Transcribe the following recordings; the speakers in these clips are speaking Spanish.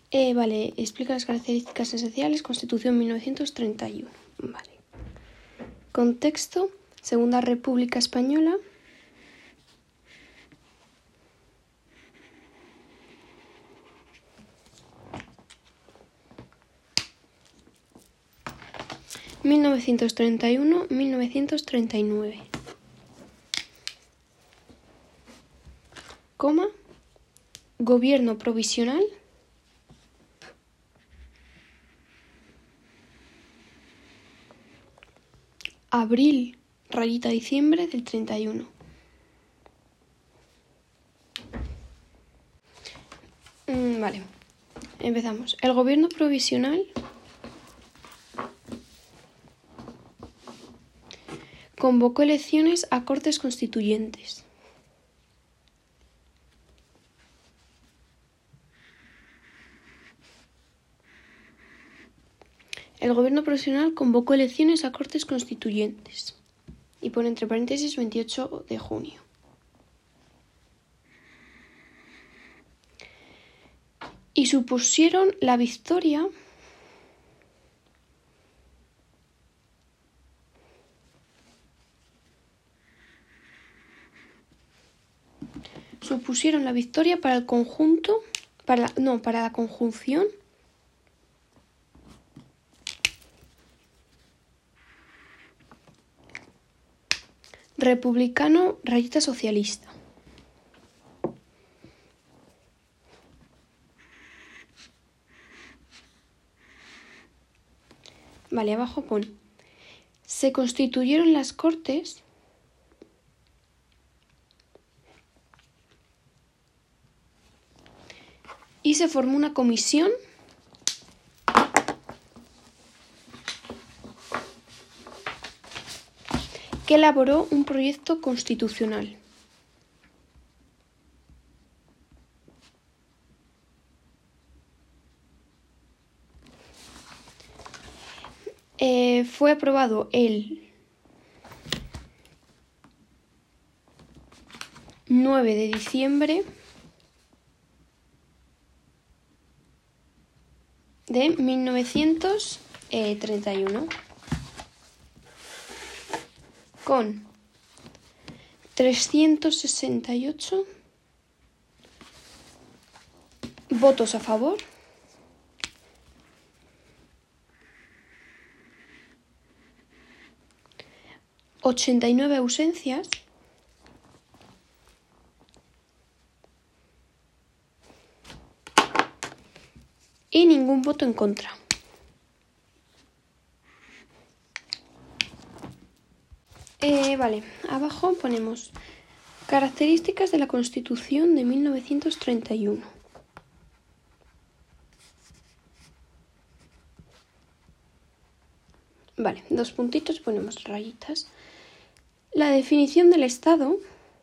Vale, explica las características esenciales, Constitución 1931. Vale. Contexto, Segunda República Española. (1931-1939). Coma. Gobierno provisional. Abril, rayita diciembre del 31. Vale, empezamos. El gobierno provisional convocó elecciones a Cortes Constituyentes. El gobierno provisional convocó elecciones a Cortes Constituyentes. Y pone entre paréntesis 28 de junio. Y supusieron la victoria para el conjunto, para la conjunción republicano rayita socialista. Vale, abajo pone: se constituyeron las Cortes y se formó una comisión que elaboró un proyecto constitucional. Fue aprobado el 9 de diciembre de 1931 con 368 votos a favor, 89 ausencias y ningún voto en contra. Vale, abajo ponemos características de la Constitución de 1931. Vale, dos puntitos, ponemos rayitas. La definición del Estado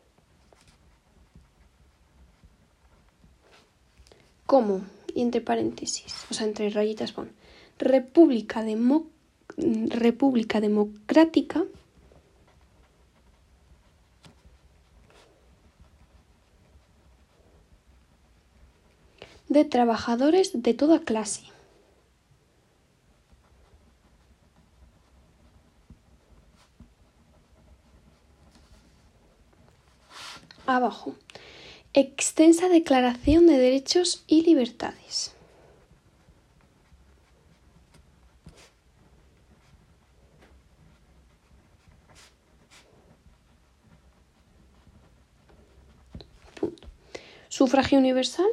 como, y entre paréntesis, o sea, entre rayitas pon, República Democrática de trabajadores de toda clase. Abajo, extensa declaración de derechos y libertades. Punto. Sufragio universal.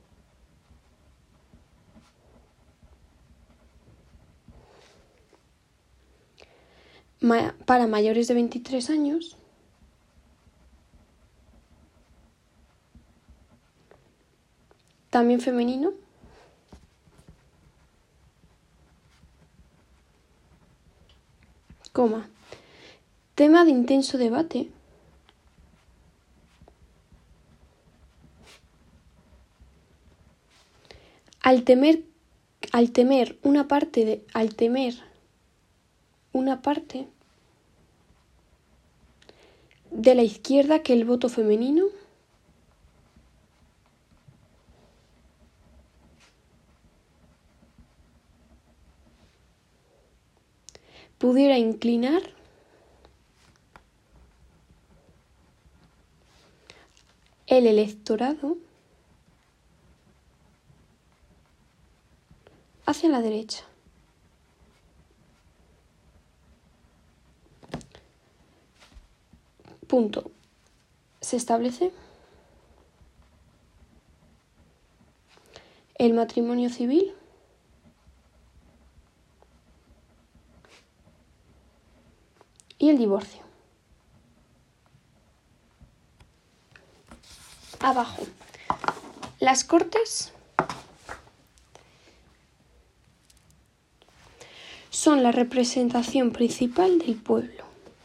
Para mayores de 23 años. También femenino. Coma. Tema de intenso debate. Al temer una parte de la izquierda que el voto femenino pudiera inclinar el electorado hacia la derecha. Punto. Se establece el matrimonio civil y el divorcio. Abajo. Las Cortes son la representación principal del pueblo.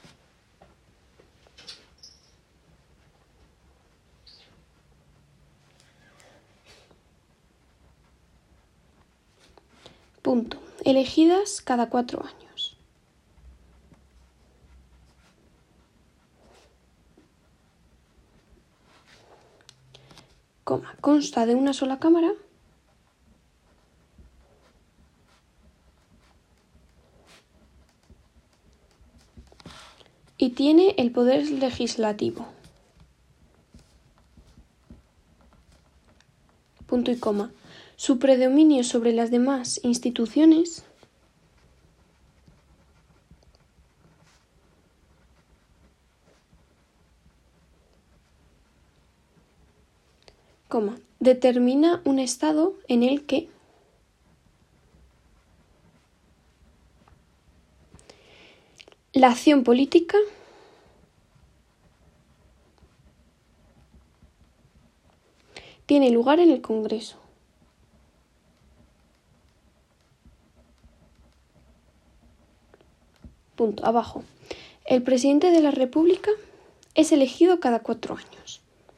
Punto. Elegidas cada 4 años. Coma. Consta de una sola cámara y tiene el poder legislativo. Punto y coma. Su predominio sobre las demás instituciones determina un estado en el que la acción política tiene lugar en el Congreso. Punto. Abajo. El presidente de la República es elegido cada 4 años.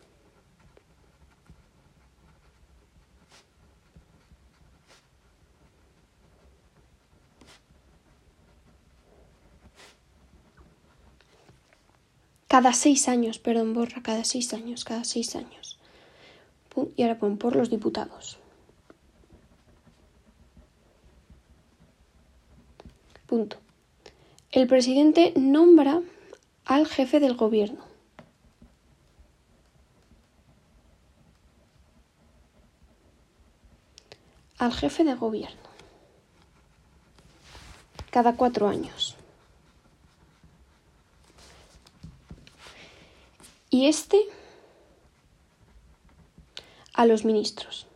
Cada 6 años, cada 6 años. Y ahora pon por los diputados. Punto. El presidente nombra al jefe del gobierno. Al jefe de gobierno. Cada 4 años. Y a los ministros.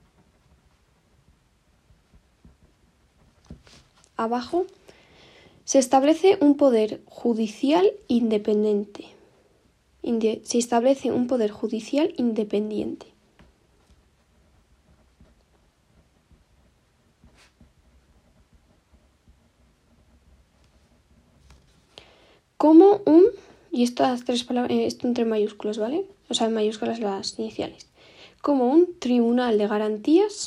Abajo se establece un poder judicial independiente. Como un, y estas 3 palabras, esto entre mayúsculas, ¿vale? O sea, en mayúsculas las iniciales. Como un tribunal de garantías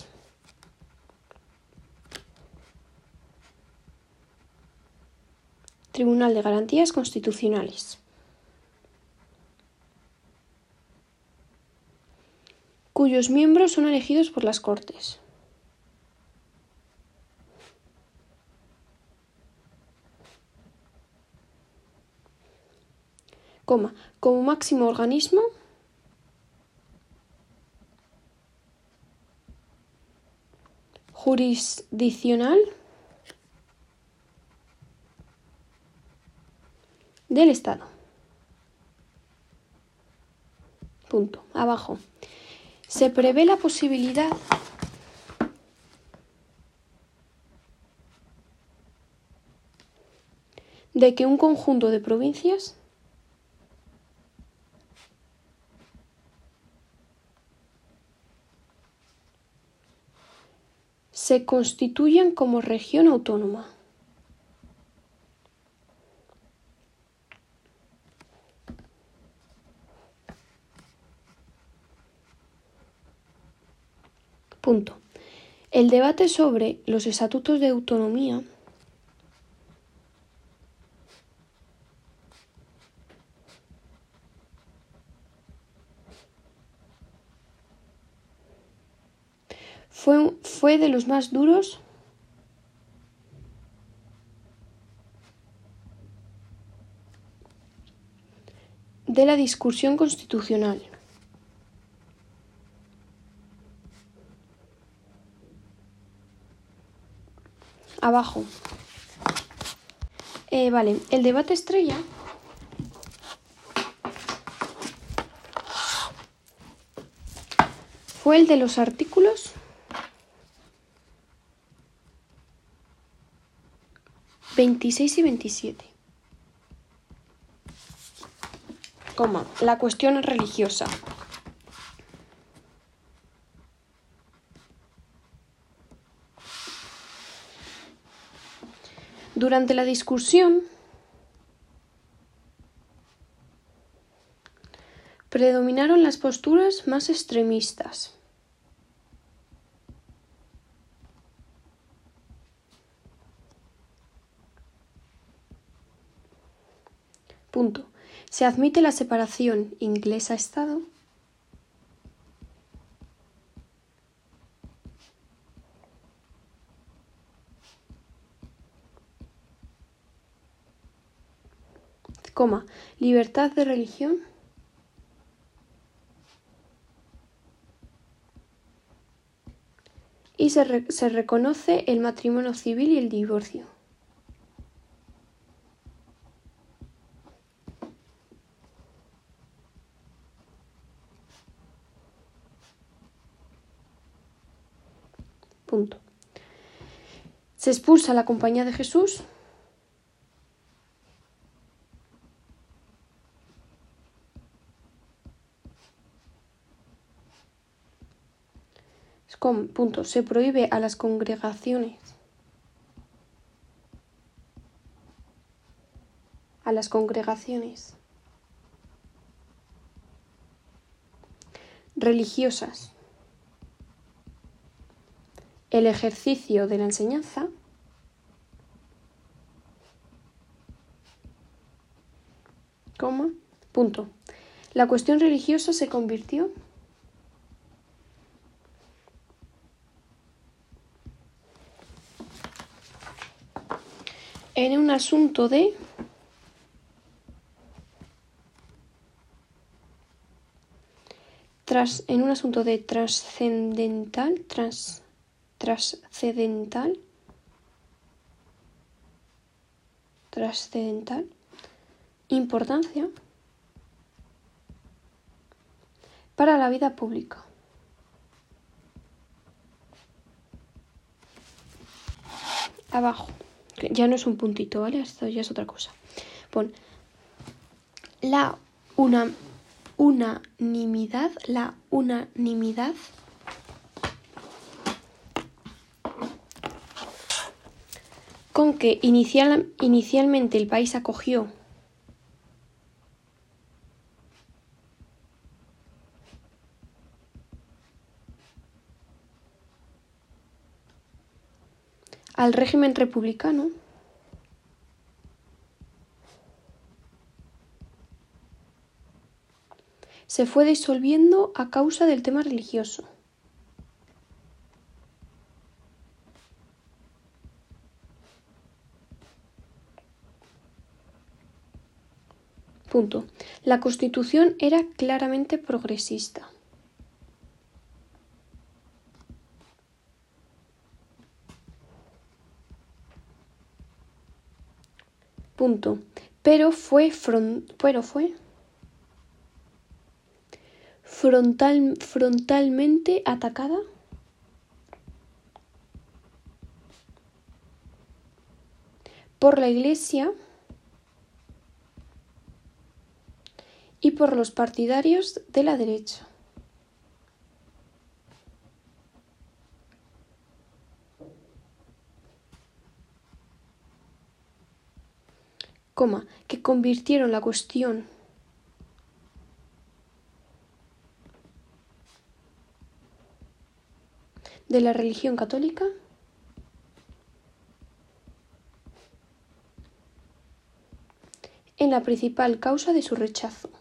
constitucionales, cuyos miembros son elegidos por las Cortes. Como máximo organismo jurisdiccional del Estado. Punto. Abajo. Se prevé la posibilidad de que un conjunto de provincias se constituyan como región autónoma. Punto. El debate sobre los estatutos de autonomía fue de los más duros de la discusión constitucional. Abajo. Vale, el debate estrella fue el de los artículos 26 y 27. La cuestión religiosa. Durante la discusión predominaron las posturas más extremistas. Punto. Se admite la separación Iglesia-Estado. Libertad de religión. Y se reconoce el matrimonio civil y el divorcio. Punto. Se expulsa a la Compañía de Jesús. Punto. Se prohíbe a las congregaciones. Religiosas el ejercicio de la enseñanza, punto. La cuestión religiosa se convirtió en un asunto de trascendental importancia para la vida pública. Abajo, que ya no es un puntito, ¿vale? Esto ya es otra cosa. Pon la unanimidad con que inicialmente el país acogió al régimen republicano se fue disolviendo a causa del tema religioso. Punto. La Constitución era claramente progresista. Punto. Pero fue frontalmente atacada por la Iglesia y por los partidarios de la derecha. Que convirtieron la cuestión de la religión católica en la principal causa de su rechazo.